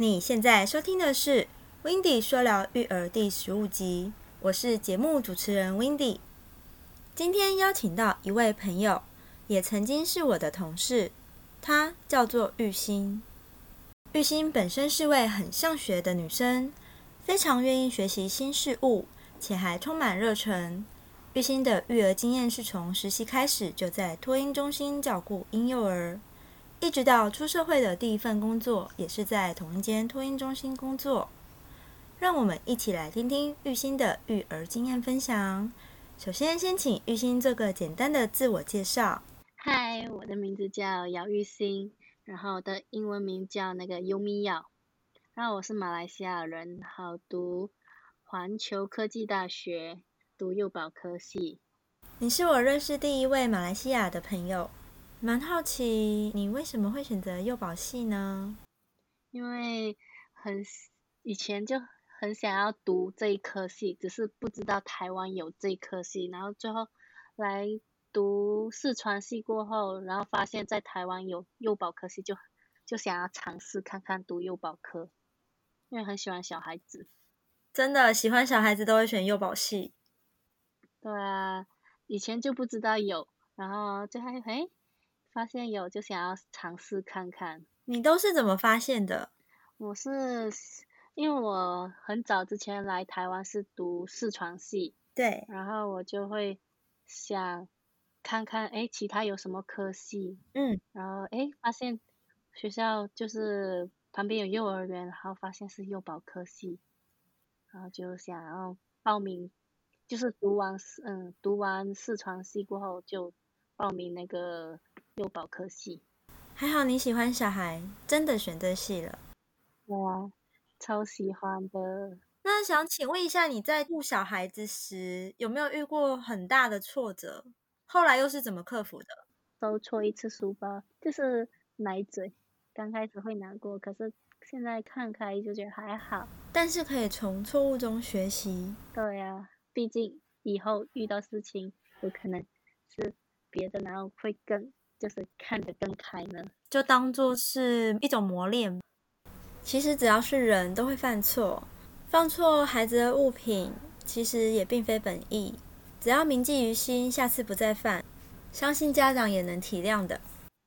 你现在收听的是 Windy 说聊育儿第15集，我是节目主持人 Windy。今天邀请到一位朋友，也曾经是我的同事，她叫做玉欣。玉欣本身是位很上学的女生，非常愿意学习新事物，且还充满热忱。玉欣的育儿经验是从实习开始就在托婴中心照顾婴幼儿，一直到出社会的第一份工作也是在同一间托婴中心工作。让我们一起来听听玉欣的育儿经验分享。首先先请玉欣做个简单的自我介绍。 嗨，我的名字叫姚玉欣，然后我的英文名叫优米瑶，然后我是马来西亚人，然后读环球科技大学，读幼保科系。 你是我认识第一位马来西亚的朋友，蛮好奇你为什么会选择幼保系呢？ 因为以前就很想要读这一科系，只是不知道台湾有这一科系，然后最后来读四川系过后，然后发现在台湾有幼保科系，就想要尝试看看读幼保科，因为很喜欢小孩子。 真的喜欢小孩子都会选幼保系。 对啊，以前就不知道有，然后就发现有，就想要尝试看看。 你都是怎么发现的？ 我是因为我很早之前来台湾是读四川系， 对， 然后我就会想看看其他有什么科系，然后发现学校就是旁边有幼儿园，然后发现是幼保科系，然后就想要报名，就是读完四川系过后就报名那个幼保科系。 还好你喜欢小孩，真的选对系了。 对啊，超喜欢的。 那想请问一下，你在顾小孩子时有没有遇过很大的挫折？后来又是怎么克服的？ 收错一次书包就是奶嘴，刚开始会难过，可是现在看开就觉得还好。 但是可以从错误中学习。 对啊，毕竟以后遇到事情有可能是别的，然后会就是看得更开呢。 就当作是一种磨练。其实只要是人都会犯错，放错孩子的物品，其实也并非本意。只要铭记于心，下次不再犯，相信家长也能体谅的。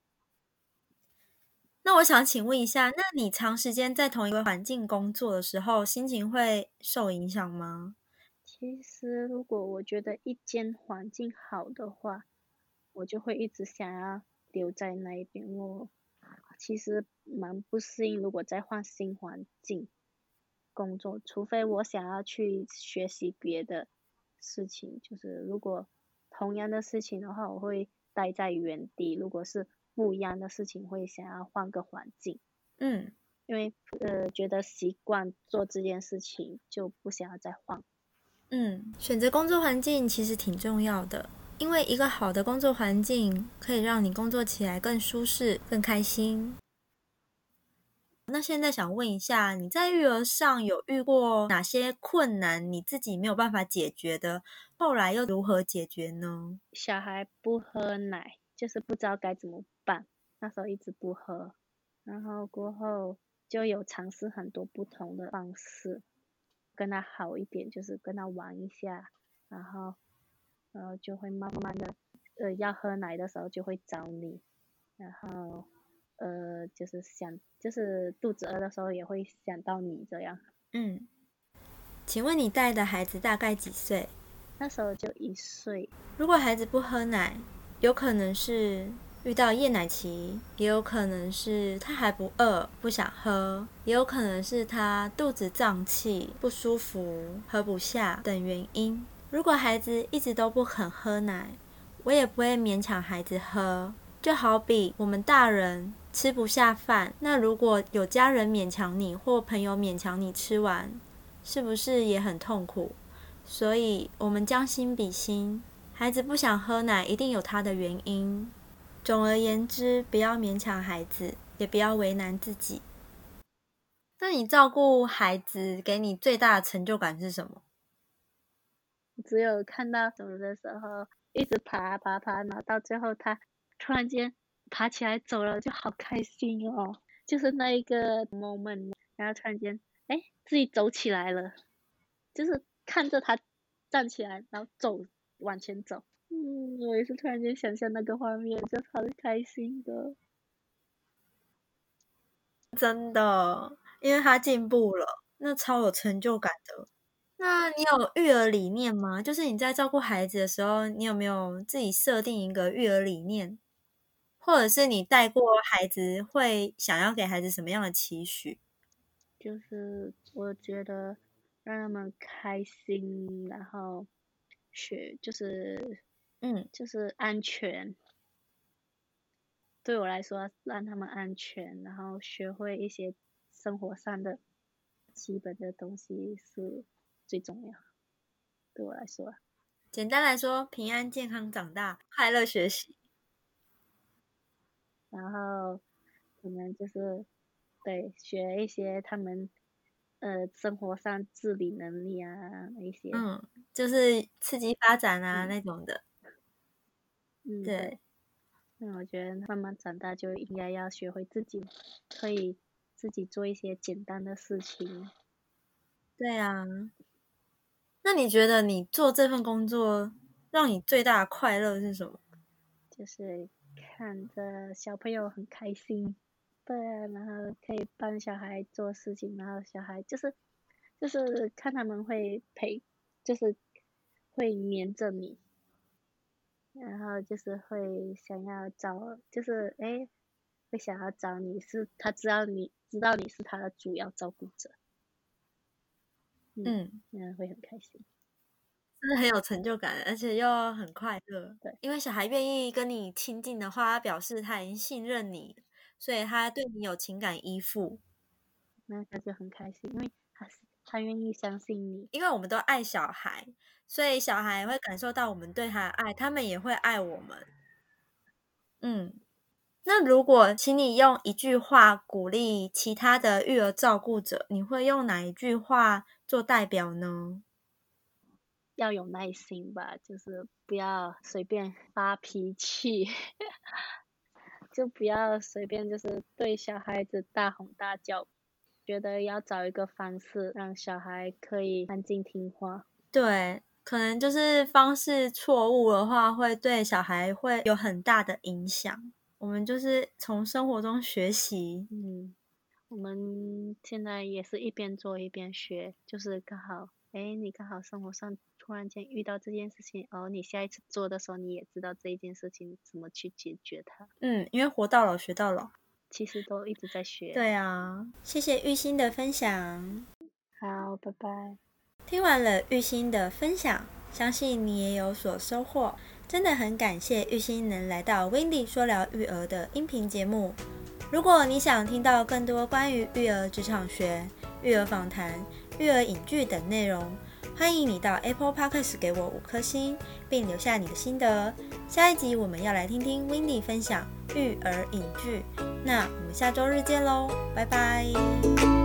那我想请问一下，那你长时间在同一个环境工作的时候，心情会受影响吗？ 其实如果我觉得一间环境好的话，我就会一直想要留在那一边。我其实蛮不适应，如果再换新环境工作，除非我想要去学习别的事情，就是如果同样的事情的话，我会待在原地；如果是不一样的事情，会想要换个环境。因为觉得习惯做这件事情，就不想要再换。 选择工作环境其实挺重要的，因为一个好的工作环境可以让你工作起来更舒适、更开心。那现在想问一下，你在育儿上有遇过哪些困难，你自己没有办法解决的，后来又如何解决呢？ 小孩不喝奶，就是不知道该怎么办，那时候一直不喝，然后过后就有尝试很多不同的方式，跟他好一点，就是跟他玩一下，然后就会慢慢的，要喝奶的时候就会找你，然后就是肚子饿的时候也会想到你这样。 请问你带的孩子大概几岁？ 那时候就1岁。 如果孩子不喝奶，有可能是遇到夜奶期，也有可能是他还不饿，不想喝，也有可能是他肚子胀气，不舒服，喝不下等原因。如果孩子一直都不肯喝奶，我也不会勉强孩子喝，就好比我们大人吃不下饭，那如果有家人勉强你，或朋友勉强你吃完，是不是也很痛苦？所以我们将心比心，孩子不想喝奶一定有他的原因。总而言之，不要勉强孩子，也不要为难自己。那你照顾孩子给你最大的成就感是什么？ 只有看到什么的时候，一直爬爬爬，然后到最后他突然间爬起来走了，就好开心哦。 就是那一个 moment，然后突然间，哎，自己走起来了，就是看着他站起来，然后往前走。我也是突然间想象那个画面，就超开心的。 真的，因为他进步了，那超有成就感的。那你有育儿理念吗？就是你在照顾孩子的时候，你有没有自己设定一个育儿理念，或者是你带过孩子会想要给孩子什么样的期许？ 就是我觉得让他们开心，然后就是安全。对我来说，让他们安全，然后学会一些生活上的基本的东西是最重要。对我来说， 简单来说，平安健康长大，快乐学习。 然后可能就是对学一些他们生活上自理能力啊那一些。 就是刺激发展啊嗯那种的。 对。那我觉得慢慢长大就应该要学会可以自己做一些简单的事情。 对啊。那你觉得你做这份工作让你最大的快乐是什么？ 就是看着小朋友很开心，对啊，然后可以帮小孩做事情，然后小孩就是看他们会就是会黏着你，然后就是会想要就是会想要找你，是他知道你是他的主要照顾者。那会很开心。 真的很有成就感，而且又很快乐。 对， 因为小孩愿意跟你亲近的话，表示他已经信任你，所以他对你有情感依附。 那他就很开心，因为他愿意相信你。 因为我们都爱小孩，所以小孩会感受到我们对他的爱，他们也会爱我们。那如果请你用一句话鼓励其他的育儿照顾者，你会用哪一句话做代表呢？ 要有耐心吧，就是不要随便发脾气，就不要随便就是对小孩子大吼大叫。觉得要找一个方式让小孩可以安静听话。 对，可能就是方式错误的话，会对小孩会有很大的影响。我们就是从生活中学习。 我们现在也是一边做一边学，就是你刚好生活上突然间遇到这件事情，你下一次做的时候，你也知道这一件事情怎么去解决它。 因为活到老学到老。 其实都一直在学。 对啊，谢谢玉兴的分享。 好，拜拜。 听完了玉兴的分享，相信你也有所收获。真的很感谢玉兴能来到 Windy 说聊育儿的音频节目。如果你想听到更多关于育儿职场学、育儿访谈、育儿影剧等内容，欢迎你到 Apple Podcast 给我5颗星，并留下你的心得。下一集我们要来听听 Windy 分享育儿影剧，那我们下周日见喽，拜拜。